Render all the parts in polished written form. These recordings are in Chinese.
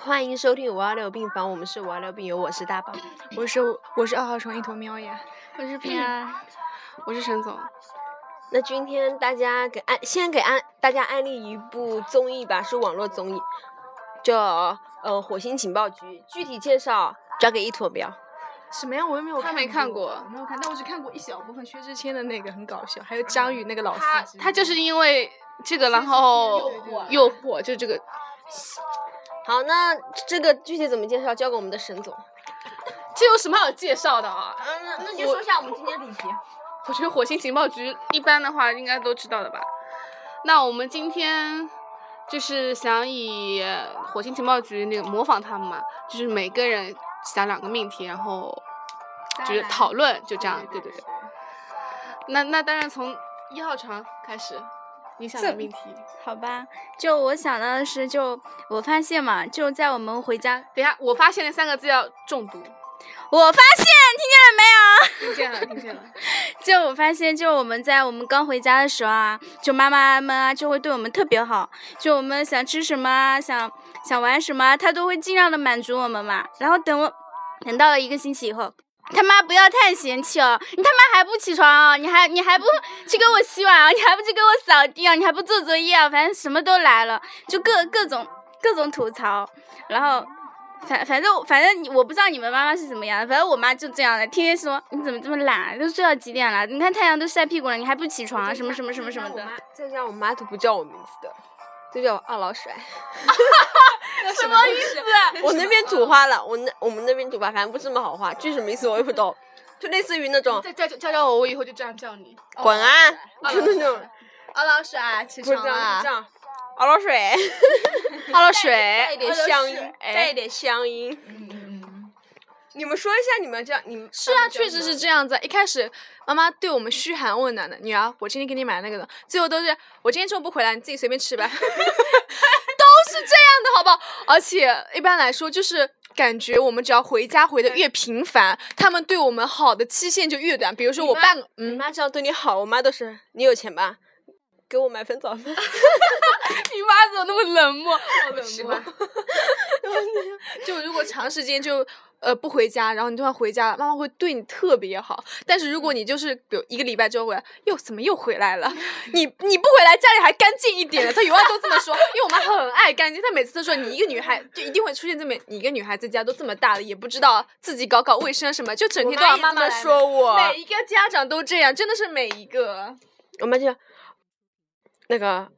欢迎收听526病房，我们是526病友，我是大宝， 我是2号床一坨喵呀， 我是平安，我是沈总。 那今天大家先给大家安利一部综艺吧，是网络综艺，叫火星情报局，具体介绍交给一坨喵。 什么呀？我又没有看过， 他没看过， 我没有看，但我只看过一小部分薛之谦的那个很搞笑，还有张宇那个老司机。 他就是因为这个，然后诱惑，就这个。 好，那这个具体怎么介绍，交给我们的沈总。 这有什么好介绍的啊？ 那就说一下我们今天主题。 我觉得火星情报局一般的话应该都知道的吧。那我们今天就是想以火星情报局那个模仿他们嘛，就是每个人想2个命题，然后就是讨论，就这样，对。那当然从1号床开始。你想的命题？ 好吧，就我想到的是，就我发现嘛，就在我们回家， 等一下，我发现那3个字要重读。 我发现， 听见了，听见了。 就我发现，就我们刚回家的时候啊，就妈妈们啊就会对我们特别好，就我们想吃什么啊，想玩什么啊，她都会尽量的满足我们嘛。然后等到了1个星期以后。他妈不要太嫌弃哦！你他妈还不起床啊？你还不去给我洗碗啊？你还不去给我扫地啊？你还不做作业啊？反正什么都来了，就各种吐槽。然后反正我不知道你们妈妈是怎么样的，反正我妈就这样的，天天说你怎么这么懒，都睡到几点了？你看太阳都晒屁股了，你还不起床啊？什么的。 在家我妈都不叫我名字的，就叫我二老甩。 什么意思？ 我那边土话了，我们那边土话，反正不是什么好话，具什么意思我也不懂，就类似于那种。 再叫我以后就这样叫你。 滚啊！就那种。 二老甩，起床了。 这样。二老水。 二老水。 带一点乡音。你们说一下你们这样，你们是啊，确实是这样子。一开始妈妈对我们嘘寒问暖的，女儿，我今天给你买那个的，最后都是我今天中午不回来，你自己随便吃吧，都是这样的，好不好？而且一般来说，就是感觉我们只要回家回的越频繁，他们对我们好的期限就越短。比如说我爸， 你妈这样对你好，我妈都是你有钱吧，给我买份早饭。 你妈怎么那么冷漠？好冷漠。就如果长时间就不回家，然后你突然回家了，妈妈会对你特别好。但是如果你就是比如1个礼拜之后回来，怎么又回来了？你不回来，家里还干净一点了。她永远都这么说，因为我妈很爱干净，她每次都说你一个女孩就一定会出现你一个女孩子家都这么大了，也不知道自己搞卫生什么，就整天都要妈妈说我。 每一个家长都这样，真的是每一个。 我妈就那个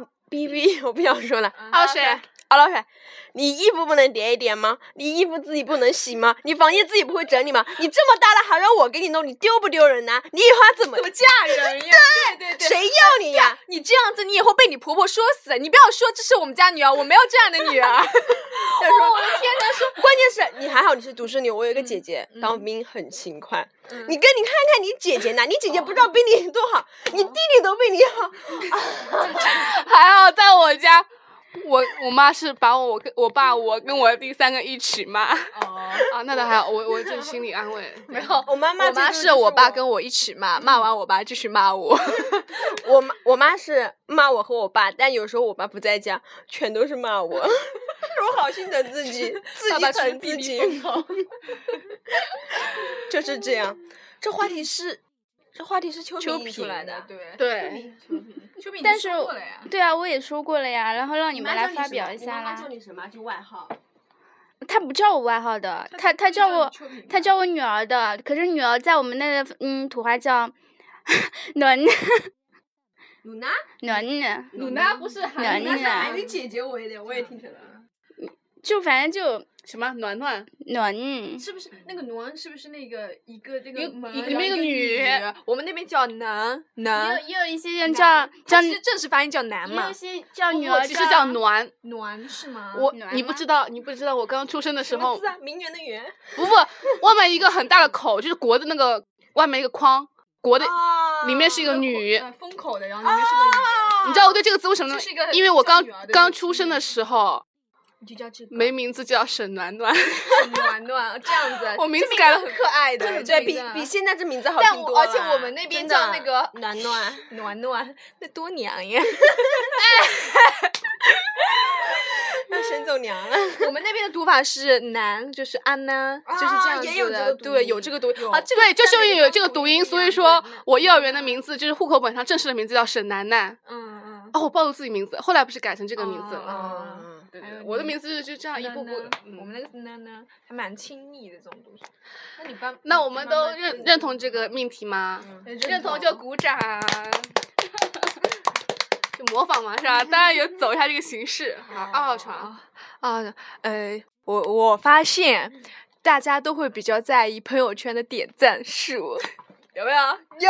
BB， 我不想说了。二老水，你衣服不能叠一叠吗？你衣服自己不能洗吗？你房间自己不会整理吗？你这么大了还让我给你弄，你丢不丢人呢？你以后怎么嫁人呀？对， 谁要你呀？ 你这样子，你以后被你婆婆说死。你不要说这是我们家女儿，我没有这样的女儿。 我的天哪！关键是你还好，你是独生女，我有一个姐姐，当兵很勤快。你看看你姐姐呢？你姐姐不知道比你多好，你弟弟都比你好。 还好在我家。我妈是把我爸跟我弟3个一起骂。那倒还好，我这心理安慰。 没有，我妈是我爸跟我一起骂完我爸继续骂我。 我妈是骂我和我爸，但有时候我爸不在家，全都是骂我。我好心疼自己疼自己。就是这样。这话题是秋萍出来的， 对。 秋萍但是对啊，我也说过了呀，然后让你们来发表一下啦。 你妈叫你什么？就外号？ 他不叫我外号的，他叫我女儿的，可是女儿在我们那个土话叫暖。 鲁娜不是暖还是姐姐我也听成了。 就反正就什么暖是不是那个暖？是不是那个一个那个女？ 我们那边叫男， 也有一些人叫其实正式发音叫男嘛。 有一些叫女儿， 其实叫暖是吗？ 你不知道，我刚出生的时候。 名媛的媛。 不，外面一个很大的口，就是国的那个外面一个框，国的里面是一个女。 封口的，然后里面是个女。 你知道我对这个字为什么呢？因为我刚出生的时候。 就叫这个没名字叫沈暖暖。 暖暖这样子， 我名字改了很可爱的， 对，比现在这名字好听多了。 而且我们那边叫那个暖暖， 那多娘呀！ 那沈总受娘了。 我们那边的读法是男，就是安呢，就是这样子的。 也有这个读音对，有这个读音。啊，这个对，就是因为有这个读音，所以说我幼儿园的名字就是户口本上正式的名字叫沈楠楠。哦，我暴露自己名字，后来不是改成这个名字了。对，我的名字就这样一步步。 我们那个是呢，还蛮亲密的这种东西。 那我们都认同这个命题吗？认同就鼓掌。就模仿嘛，是吧？当然有走一下这个形式。好，2号床啊，我发现大家都会比较在意朋友圈的点赞数，有没有？ 有。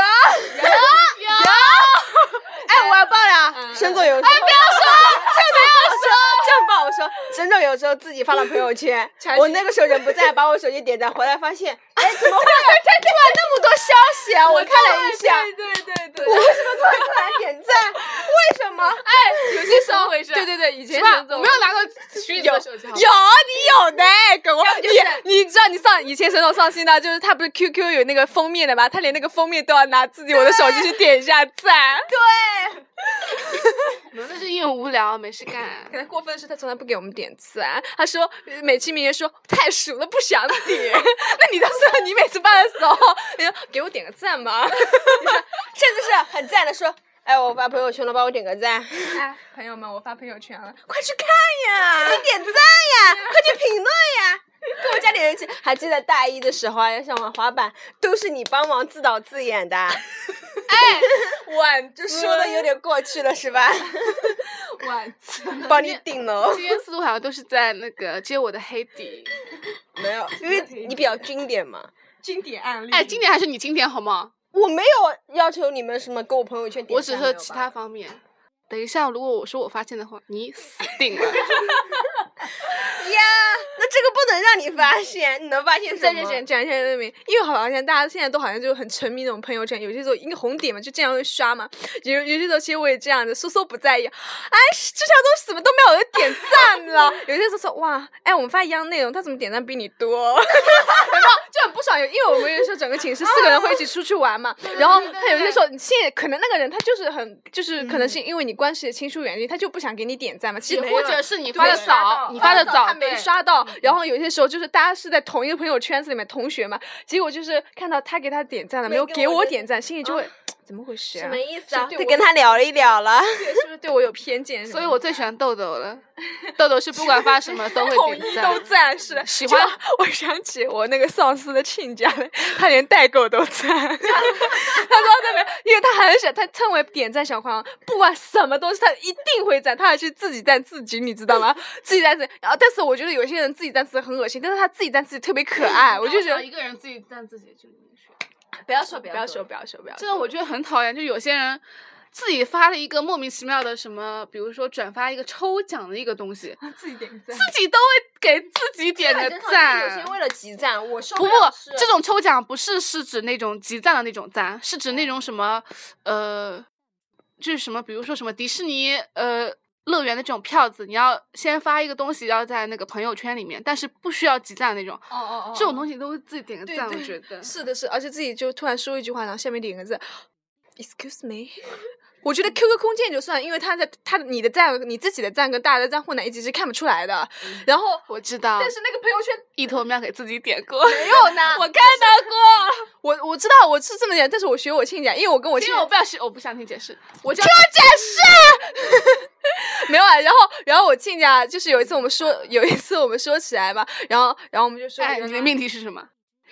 哎，我要爆了！沈总有时候，哎，不要说，这样爆！我说，沈总有时候自己发了朋友圈，我那个时候人不在，把我手机点赞，回来发现，哎，怎么会突然那么多消息啊？我看了一下， 对， 我为什么突然点赞？为什么？ 哎，有些时候回事。 对，以前我没有拿过虚拟的手机。 有，你有的，跟我你知道以前沈总上新的，就是他不是 QQ 有那个封面的吗？他连那个封面都要拿我的手机去点一下赞。 对。 那是因为无聊没事干。 可能过分的是他从来不给我们点赞，他说美其名曰说太熟了不想点。那你倒是你每次发的时候，你说给我点个赞嘛， 甚至是很赞的说，哎，我发朋友圈了，帮我点个赞。 哎，朋友们，我发朋友圈了，快去看呀， 快点赞呀，快去评论呀。给我加点人气。还记得大一的时候啊，要上玩滑板，都是你帮忙自导自演的。 哎，晚这说的有点过去了是吧？ 晚帮你顶了。 这些思路好像都是在那个接我的黑底。 没有，因为你比较经典嘛。 经典案例。 哎，经典还是你经典好吗？ 我没有要求你们什么给我朋友圈点赞， 我只说其他方面。等一下，如果我说我发现的话，你死定了。 呀，那这个不能让你发现，你能发现什么？ 讲一下那边，因为好像大家现在都好像就很沉迷那种朋友圈，有些时候一个红点嘛，就这样会刷嘛。有些时候其实我也这样的，搜不在意。哎，这条东西怎么都没有人点赞了？有些时候说哇，哎，我们发一样内容，他怎么点赞比你多？有没有？就很不爽，因为我们有时候整个寝室4个人会一起出去玩嘛，然后他有些时候，你现在可能那个人他就是可能是因为你关系的亲疏远近，他就不想给你点赞嘛。其实或者是你发的早， 他没刷到。然后有些时候就是大家是在同一个朋友圈子里面同学嘛，结果就是看到他给他点赞了，没有给我点赞，心里就会怎么回事啊？ 什么意思啊？得跟他聊一聊了。 是不是对我有偏见？ 所以我最喜欢豆豆了。豆豆是不管发什么都会点赞， 都赞是喜欢。 我想起我那个上司的亲家了，他连代购都赞。他说特别，因为他很喜欢，他称为点赞小狂，不管什么东西他一定会赞，他还去自己赞自己，你知道吗？自己赞自己。然后，但是我觉得有些人自己赞自己很恶心，但是他自己赞自己特别可爱，我就觉得一个人自己赞自己就不要说， 这个我觉得很讨厌，就有些人自己发了一个莫名其妙的什么，比如说转发一个抽奖的一个东西， 自己点个赞， 自己都会给自己点个赞。 有些为了集赞，我受不，这种抽奖不是指那种集赞的那种赞，是指那种什么就是什么，比如说什么迪士尼乐园的这种票子，你要先发一个东西，要在那个朋友圈里面，但是不需要集赞那种。这种东西都会自己点个赞，我觉得是的，而且自己就突然说一句话，然后下面点个赞 ，excuse me。我觉得 QQ 空间就算，因为你的赞，你自己的赞跟大家的赞混在一起是看不出来的。然后我知道， 但是那个朋友圈一坨喵给自己点过， 没有呢， 我看到过。我知道我是这么点，但是我学我亲家，因为我跟我亲家， 我不想听解释， 我就听我解释。没有啊，然后我亲家就是有一次我们说起来嘛，然后我们就说， 哎，你的命题是什么？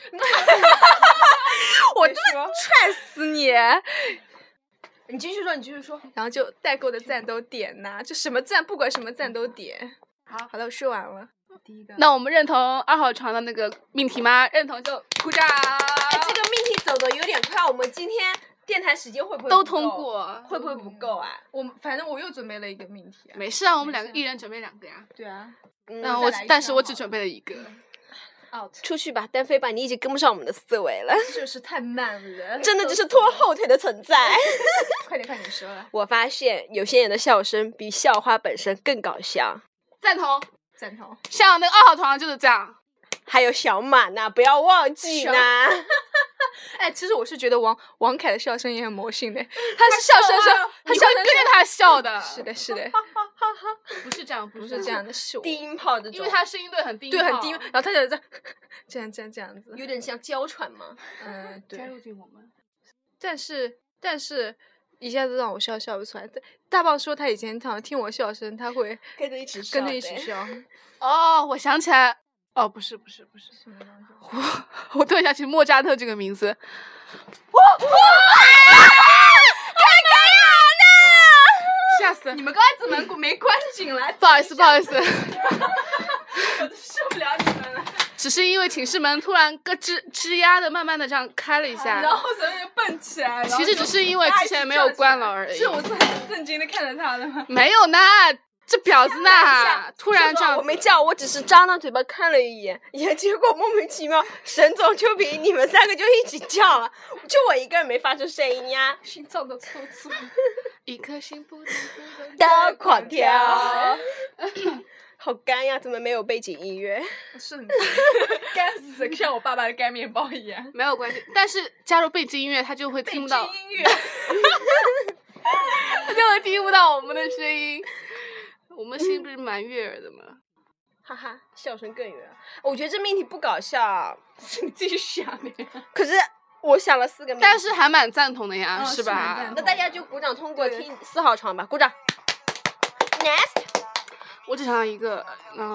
我就是踹死你！ 你继续说， 然后就代购的赞都点呐，就什么赞，不管什么赞都点。好了，我说完了。第一个， 那我们认同2号床的那个命题吗？认同就鼓掌。 哎，这个命题走的有点快，我们今天电台时间会不会都通过？ 会不会不够啊？ 反正我又准备了一个命题啊。 没事啊，我们2个一人准备2个呀。 对啊。 但是我只准备了1个。 出去吧，单飞吧，你已经跟不上我们的思维了， 就是太慢了， 真的就是拖后腿的存在。 快点说了。 我发现有些人的笑声比校花本身更搞笑。 赞同。 赞同。 像那个2号床就是这样。 还有小马呢，不要忘记呢。 哎，其实我是觉得王凯的笑声也很魔性的，他是笑声，他你笑声会跟着他笑的。 是的，是的， 不是这样，不不是这样的，是我低音炮这种， 因为他声音对很低音对很炮低，然后他就在这样子， 有点像娇喘嘛。 对加，入进我们。 但是一下子让我笑不出来。大棒说他以前好像听我笑声，他会跟着一起跟着一起笑。 哦，我想起来，哦，不是，我突然想起莫扎特这个名字。吓死！ 你们刚才怎么没关进来？ 不好意思， 我受不了你们了。 只是因为寝室门突然咯吱呀的慢慢的这样开了一下， 然后咱们就蹦起来。 其实只是因为之前没有关了而已。 是我是很震惊的看着他的吗？ 没有呢，这婊子呢，突然这样， 我没叫，我只是张大嘴巴看了一眼，结果莫名其妙，沈总就比你们3个就一起叫了，就我一个人没发出声音呀。 心脏的抽搐， 一颗心不停的狂跳。好干呀！怎么没有背景音乐？ 是很干死，像我爸爸的干面包一样。 没有关系，但是加入背景音乐，他就会听不到音乐， 他就会听不到我们的声音。我们心不是蛮悦耳的吗？ 哈哈，笑声更远。我觉得这命题不搞笑， 是你自己想的。 可是我想了4个命题， 但是还蛮赞同的呀， 嗯是吧是蛮赞？ 那大家就鼓掌通过听4号床吧，鼓掌。Next。 我只想要一个，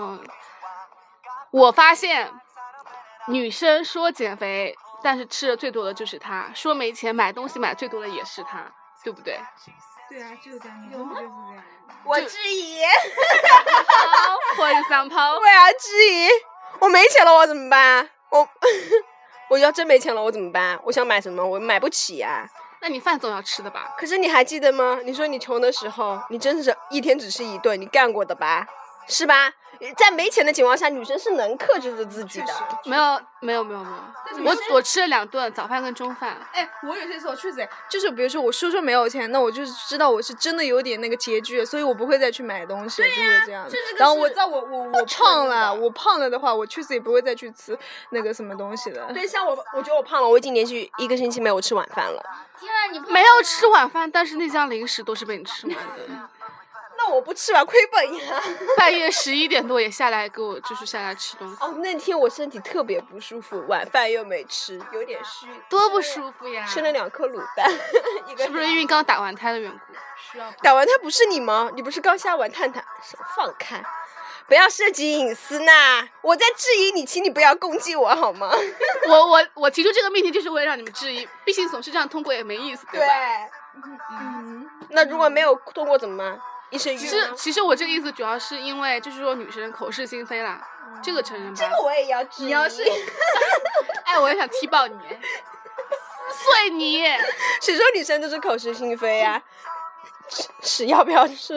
我发现女生说减肥，但是吃的最多的就是她；说没钱买东西买最多的也是她，对不对？ 对啊，就是这样，女生不就是这样？ 我质疑， 或者三炮我，要质疑，我没钱了我怎么办？我要真没钱了我怎么办？我想买什么我买不起啊。 那你饭总要吃的吧？ 可是你还记得吗？你说你穷的时候，你真的是一天只吃1顿，你干过的吧？是吧？在没钱的情况下，女生是能克制住自己的。 没有，我吃了2顿，早饭跟中饭。 哎，我有些时候确实，就是比如说我说没有钱，那我就是知道我是真的有点那个拮据，所以我不会再去买东西，就会这样。然后我知道我胖了，我胖了的话，我确实也不会再去吃那个什么东西了。 对，像我觉得我胖了，我已经连续1个星期没有吃晚饭了。 天啊，你没有吃晚饭，但是那箱零食都是被你吃完的。 那我不吃完亏本呀。 半夜11点多也下来给我，就是下来吃东西。 哦，那天我身体特别不舒服，晚饭又没吃，有点虚。 多不舒服呀！ 吃了2颗卤蛋， 是不是因为刚打完胎的缘故？ 打完胎不是你吗？你不是刚下完探探？放开，不要涉及隐私呐！我在质疑你，请你不要攻击我好吗？ 我提出这个命题就是为了让你们质疑，毕竟总是这样通过也没意思，对吧？ 那如果没有通过怎么办？医生其实我这个意思主要是因为就是说女生口是心非啦，这个承认吧。 这个我也要质疑。 你要是， 哎，我也想踢爆你，碎你！ 谁说女生都是口是心非呀？屎要不要吃？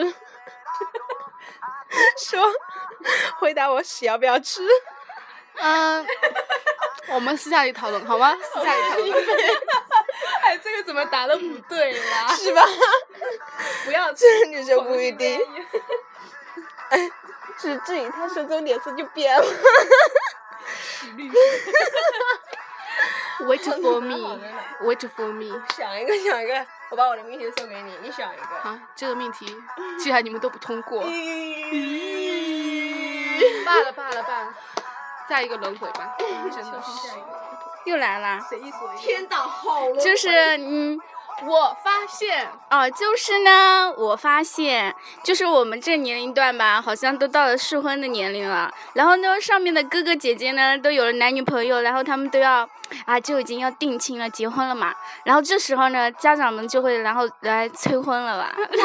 说，回答我屎要不要吃？ 我们私下里讨论好吗？私下里讨论。 哎，这个怎么答的不对啦？ 是吧？ 不要， 这女生不一定。哎，是质疑他说重点色就变了。 Wait for me, wait for me。 想一个，我把我的命题送给你，你想一个。 好，这个命题既然你们都不通过，罢了，再一个轮回吧，真的是。 又来啦。 天道好了。 就是我发现就是呢，我发现就是我们这年龄段吧，好像都到了适婚的年龄了。然后呢，上面的哥哥姐姐呢，都有了男女朋友，然后他们都要就已经要定亲了，结婚了嘛。然后这时候呢，家长们就会然后来催婚了吧。 我质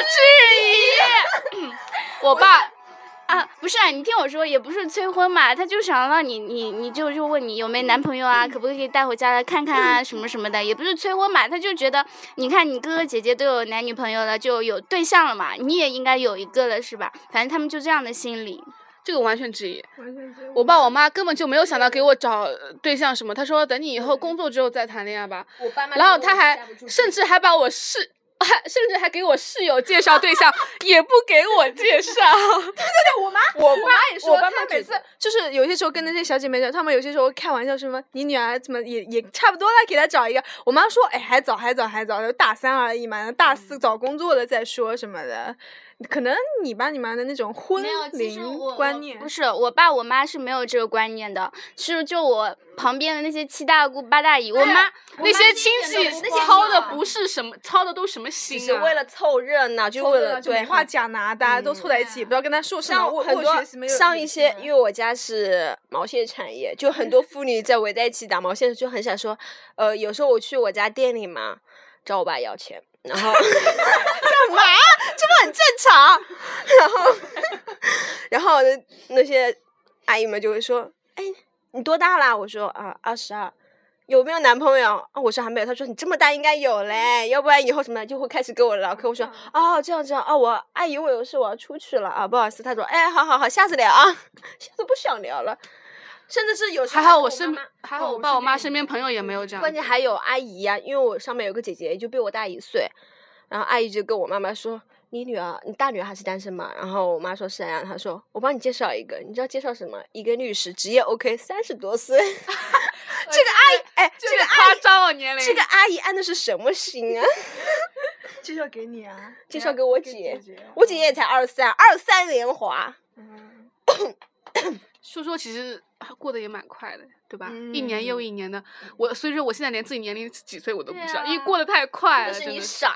疑，我爸。 不是你听我说，也不是催婚嘛，他就想让你就问你有没有男朋友啊，可不可以带回家来看看啊，什么什么的，也不是催婚嘛，他就觉得你看你哥哥姐姐都有男女朋友了，就有对象了嘛，你也应该有一个了是吧？反正他们就这样的心理。 这个完全质疑，我爸我妈根本就没有想到给我找对象什么，他说等你以后工作之后再谈恋爱吧。然后他还甚至还把我甚至还给我室友介绍对象，也不给我介绍。 对，我妈也说， 我爸妈她每次就是有些时候跟那些小姐妹讲，她们有些时候开玩笑什么，你女儿怎么也差不多了，给她找一个。我妈说，哎，还早，大3而已嘛，大4找工作了再说什么的。可能你爸你妈的那种婚龄观念不是，我爸我妈是没有这个观念的，是就我旁边的那些7大姑8大姨，我妈那些亲戚操的不是什么，操的都什么心啊？ 只是为了凑热闹，就为了对话讲拿，大家都凑在一起，也不知道跟他说什么。 像很多像一些，因为我家是毛线产业，就很多妇女在围在一起打毛线，就很想说，有时候我去我家店里嘛，找我爸要钱。然后干嘛？这不很正常？然后那些阿姨们就会说：“哎，你多大啦？”我说：“啊，22。”有没有男朋友？我说还没有。他说：“你这么大应该有嘞，要不然以后什么就会开始跟我唠嗑。”我说：“哦，这样哦，我阿姨我有事我要出去了啊，不好意思。”他说：“哎，好，下次聊啊，下次不想聊了。”甚至是有时候还好我爸我妈身边朋友也没有这样。 关键还有阿姨呀，因为我上面有个姐姐就比我大1岁，然后阿姨就跟我妈妈说：“你大女儿还是单身吗？”然后我妈说：“是啊。”她说：“我帮你介绍一个，你知道介绍什么？一个律师，职业 OK， 30多岁。”这个阿姨，哎，这个夸张哦年龄。 这个阿姨安的是什么心啊？ 介绍给你啊？ 介绍给我姐，我姐也才23年华。 说其实过得也蛮快的，对吧？一年又一年的，所以说我现在连自己年龄几岁我都不知道，因为过得太快了。 那是你傻。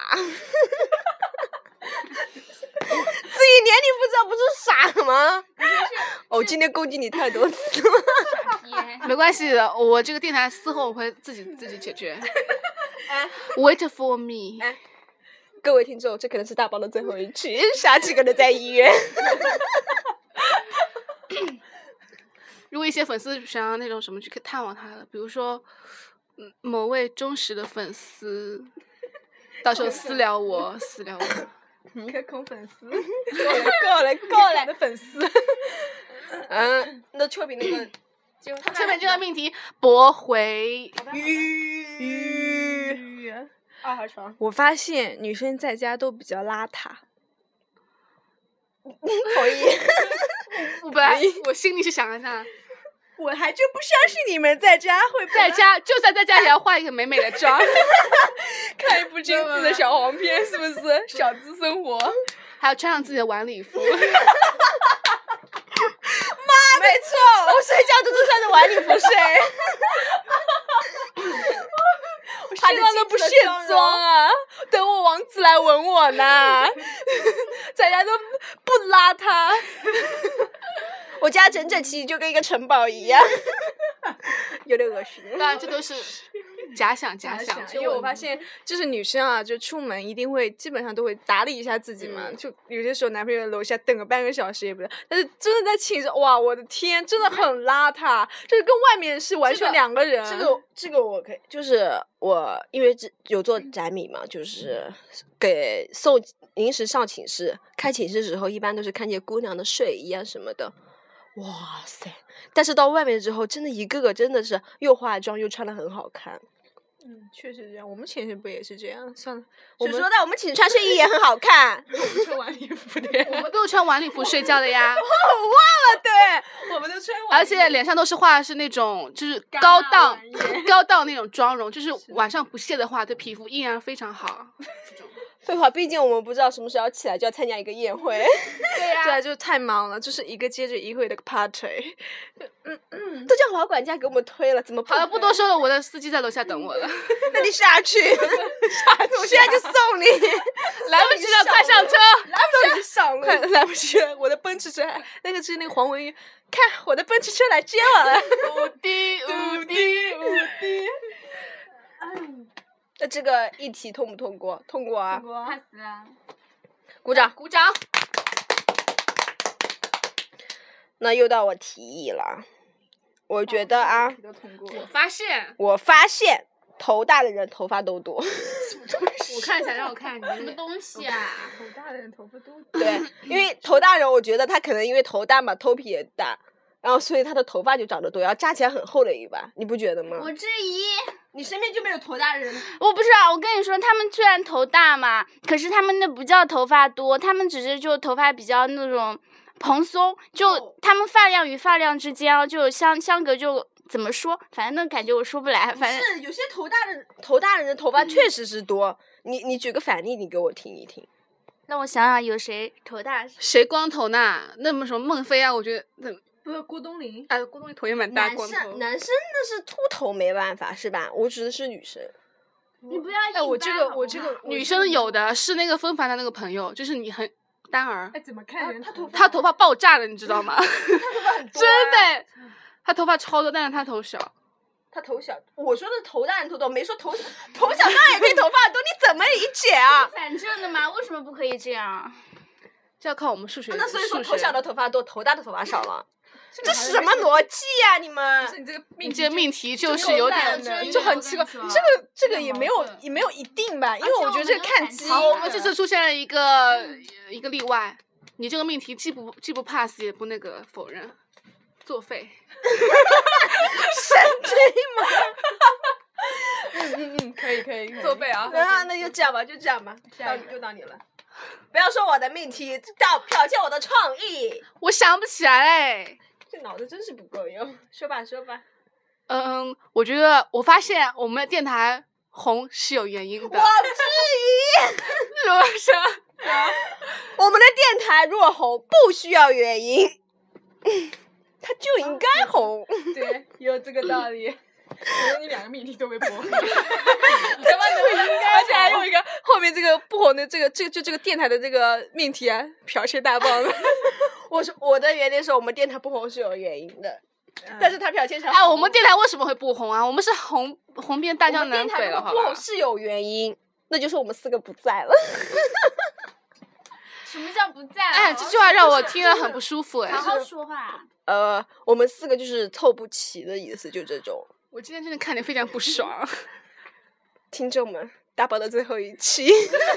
自己年龄不知道不是傻吗？我今天攻击你太多次了。 没关系的，我这个电台私后我会自己解决。Wait for me。 各位听众，这可能是大宝的最后一期，下期可能在医院。 如果一些粉丝想要那种什么去探望他的，比如说某位忠实的粉丝，到时候私聊我。 可空粉丝， 够了的粉丝。 那秋萍那个， 下面这个命题驳回。 2号床。 我发现女生在家都比较邋遢。 同意。 我本来我心里是想着呢， 我还就不相信你们在家会就算在家也要化一个美美的妆， 看一部精致的小黄片，是不是？小资生活， 还要穿上自己的晚礼服。 没错，我睡觉都是穿着晚礼服睡。 我身上都不卸妆啊，等我王子来吻我呢。在家都不邋遢。 我家整整齐齐，就跟一个城堡一样，有点恶心。 当然，这都是假想。 因为我发现，就是女生啊，就出门一定会，基本上都会打理一下自己嘛。就有些时候，男朋友在楼下等个半个小时也不行，但是真的在寝室，哇，我的天，真的很邋遢，就是跟外面是完全两个人。 这个我可以，就是我因为有做展米嘛，就是给送临时上寝室，开寝室的时候，一般都是看见姑娘的睡衣啊什么的。哇塞！但是到外面之后，真的一个个真的是又化妆又穿得很好看。 确实这样。我们寝室不也是这样？算了， 我说到我们寝室穿睡衣也很好看。 穿晚礼服的， 我们都穿晚礼服睡觉的呀。 我忘了，对， 我们都穿晚礼服。 而且脸上都是画的是那种就是高档那种妆容，就是晚上不卸的话，对皮肤依然非常好。 废话，毕竟我们不知道什么时候要起来就要参加一个宴会。 对呀， 对，就太忙了，就是一个接着一个的 party。 都叫老管家给我们推了，怎么好了，不多说了，我的司机在楼下等我了。 那你下去，我现在就送你。 来不及了，快上车！ 来不及上快来不及了，我的奔驰车，那个是那个黄文玉，看我的奔驰车来接我了。 无敌。 那这个议题通不通过？通过啊！ 怕死了！ 鼓掌！那又到我提议了，我觉得啊，我发现头大的人头发都多。 我看一下，让我看什么东西啊？ 头大的人头发都多。对，因为头大人，我觉得他可能因为头大嘛，头皮也大。 然后所以他的头发就长得多，然后扎起来很厚的一把，你不觉得吗？ 我质疑。 你身边就没有头大的人？ 我不知道，我跟你说，他们虽然头大嘛，可是他们那不叫头发多，他们只是就头发比较那种蓬松，就他们发量与发量之间就相隔就怎么说，反正那感觉我说不来，反正是有些头大人的头发确实是多。你举个反例，你给我听一听。 让我想想有谁头大？ 谁光头呢？那么什么孟非啊，我觉得不是郭冬临， 哎，郭冬临头也蛮大， 男光头。 生那是秃头没办法是吧？我指的是女生。 你不要哎，我这个女生有的是那个纷繁的那个朋友，就是你很单儿， 哎，怎么看人他头发爆炸了，你知道吗？ 他头发很多啊真的，他头发超多，但是他头小。 他头小，我说的头大人头多，没说头小当然也可以头发多，你怎么理解啊？ 反正的嘛，为什么不可以这样？ 这要靠我们数学。 那所以说数学头小的头发多，头大的头发少了，这是什么逻辑呀？你们？ 你这个你这命题就是有点就很奇怪，这个也没有一定吧，因为我觉得这个看基因。 好，我们这次出现了一个例外，你这个命题既不 pass 也不那个否认，作废。 神经吗？ 可以作废啊！ 那就这样吧，又到你了。不要说我的命题，剽窃我的创意。 我想不起来哎。 这脑子真是不够用。说吧。 我觉得我发现我们的电台红是有原因的。 我质疑。 是不是？ 我们的电台若红不需要原因，它就应该红。 对，有这个道理。我觉得你两个命题都被驳回，他妈都应该，而且还用一个后面这个不红的这个电台的这个命题啊，剽窃大棒的。 我的原点是我们电台不红是有原因的，但是他剽窃成。 哎，我们电台为什么会不红啊？我们是红遍大江南北了，好吧？ 不红是有原因，那就是我们4个不在了。 什么叫不在？ 哎，这句话让我听了很不舒服哎。 好好说话。 我们4个就是凑不齐的意思，就这种。 我今天真的看得非常不爽。 听众们，大宝的最后一期。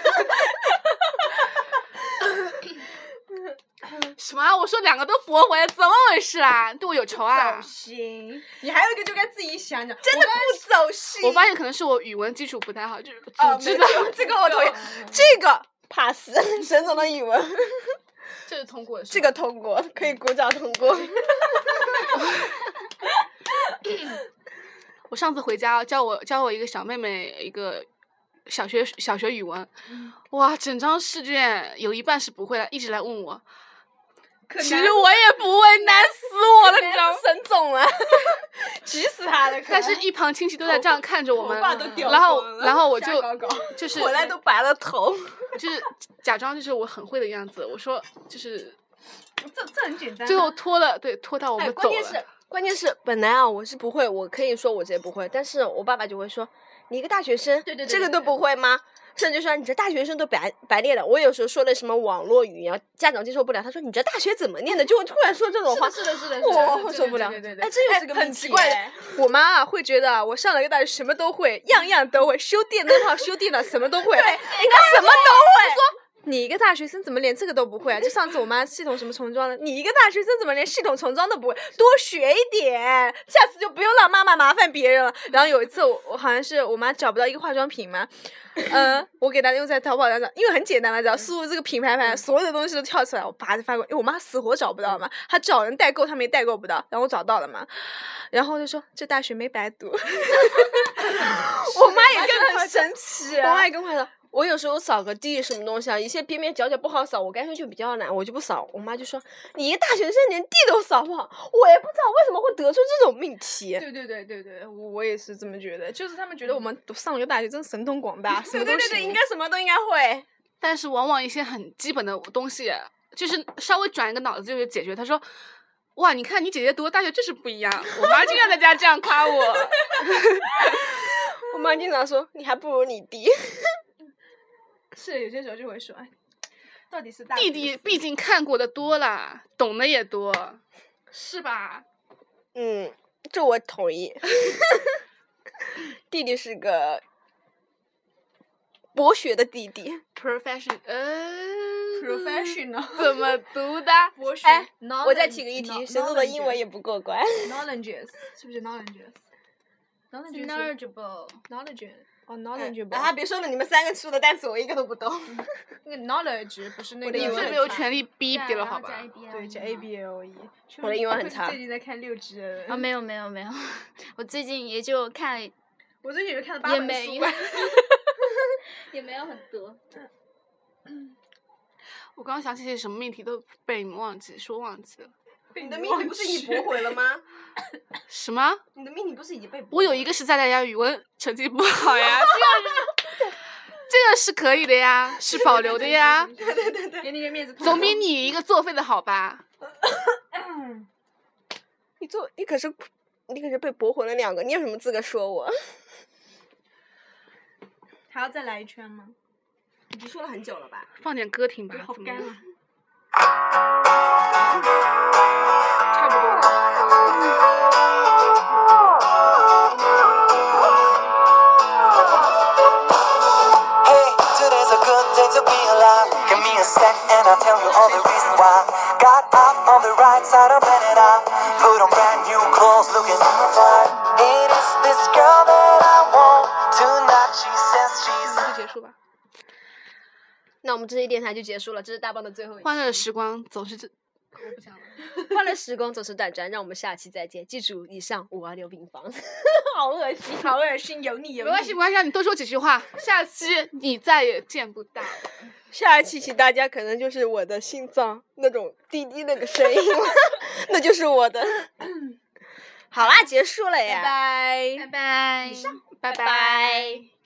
什么？我说2个都驳回，怎么回事啊？对我有仇啊？ 走心，你还有一个就该自己想想， 真的不走心。 我发现可能是我语文基础不太好，就是组织的。 这个我同意，这个 pass 沈总的语文。 这是通过的， 这个通过，可以鼓掌通过。 我上次回家教我一个小妹妹一个小学语文，哇，整张试卷有一半是不会的，一直来问我。其实我也不会，难死我了，你知道吗？ 沈总了，急死他了。 但是一旁亲戚都在这样看着我们， 然后我就是回来都白了头， 就是假装就是我很会的样子。我说就是这很简单。 最后拖到我们走了。 关键是本来啊我是不会，我可以说我这些不会，但是我爸爸就会说你一个大学生，这个都不会吗？甚至说你这大学生都白练了。我有时候说的什么网络语言，家长接受不了，他说你这大学怎么念的？就会突然说这种话， 是的， 我受不了。 对， 哎，这又是个很奇怪的。我妈啊会觉得我上了个大学什么都会，样样都会，修电灯泡、修电脑什么都会， 对，应该什么都会。 说你一个大学生怎么连这个都不会啊？就上次我妈系统什么重装的，你一个大学生怎么连系统重装都不会？多学一点，下次就不用让妈妈麻烦别人了。然后有一次我好像是我妈找不到一个化妆品嘛，我给她用在淘宝上，因为很简单嘛，只要输入这个品牌牌，所有的东西都跳出来，我叭就发过，因为我妈死活找不到嘛，她找人代购，她没代购不到，然后我找到了嘛，然后就说这大学没白读。 我妈也跟很神奇， 我妈也跟我说。我有时候扫个地什么东西啊，一些边边角角不好扫，我干脆就比较懒，我就不扫。我妈就说你一个大学生连地都扫不好，我也不知道为什么会得出这种命题。 对，我也是这么觉得，就是他们觉得我们上了个大学真神通广大，什么都行。 对，应该什么都应该会。 但是往往一些很基本的东西，就是稍微转一个脑子就有解决。他说哇，你看你姐姐读的大学就是不一样。我妈经常在家这样夸我。 我妈经常说你还不如你弟。 是有些时候就会说，哎，到底是大弟弟毕竟看过的多了，懂得也多，是吧？ 这我同意。弟弟是个博学的弟弟 ，professional， professional 怎么读的？ 博士。 哎 knowledge- 我再提个议题，谁做的英文也不过关。 knowledges 是不是 knowledges？knowledges knowledgeable。 knowledge 哦 knowledgeable。 啊，别说了，你们3个出的单词我一个都不懂。 那个 knowledge 不是那个。 你最没有权利逼掉了，好吧？ 对，叫 ABLE。 我的英文很差最近在看6只的人。 啊，没有，我最近也就看了， 我最近也看了8本也没书。 也没有很多。 我刚刚想起些什么命题都被你们忘记了。 你的命题不是已驳回了吗？ 什么？ 你的命题不是已经被驳？ 我有一个是在大家语文成绩不好呀，这个是可以的呀，是保留的呀。 对，给你个面子。 总比你一个作废的好吧？ 你可是被驳回了2个，你有什么资格说我？ 还要再来一圈吗？ 已经说了很久了吧？ 放点歌听吧。 好干啊！ 差不多了。 Hey, today's a good day to be alive. Give me a sec and I'll tell you all the reasons why. Got up on the right side of it up. Put on brand new clothes, looking fly. It is this girl that I want tonight. She says she's. 就结束吧。 那我们这期电台就结束了，这是大棒的最后一期。 欢乐的时光总是我不讲了。 欢乐时光总是短暂，让我们下期再见。记住以上526病房。好恶心， 好恶心，油腻。 没关系，让你多说几句话，下期你再也见不到。 下一期大家可能就是我的心脏那种滴滴那个声音了，那就是我的。好啦，结束了呀， 拜拜。 拜拜。 拜拜。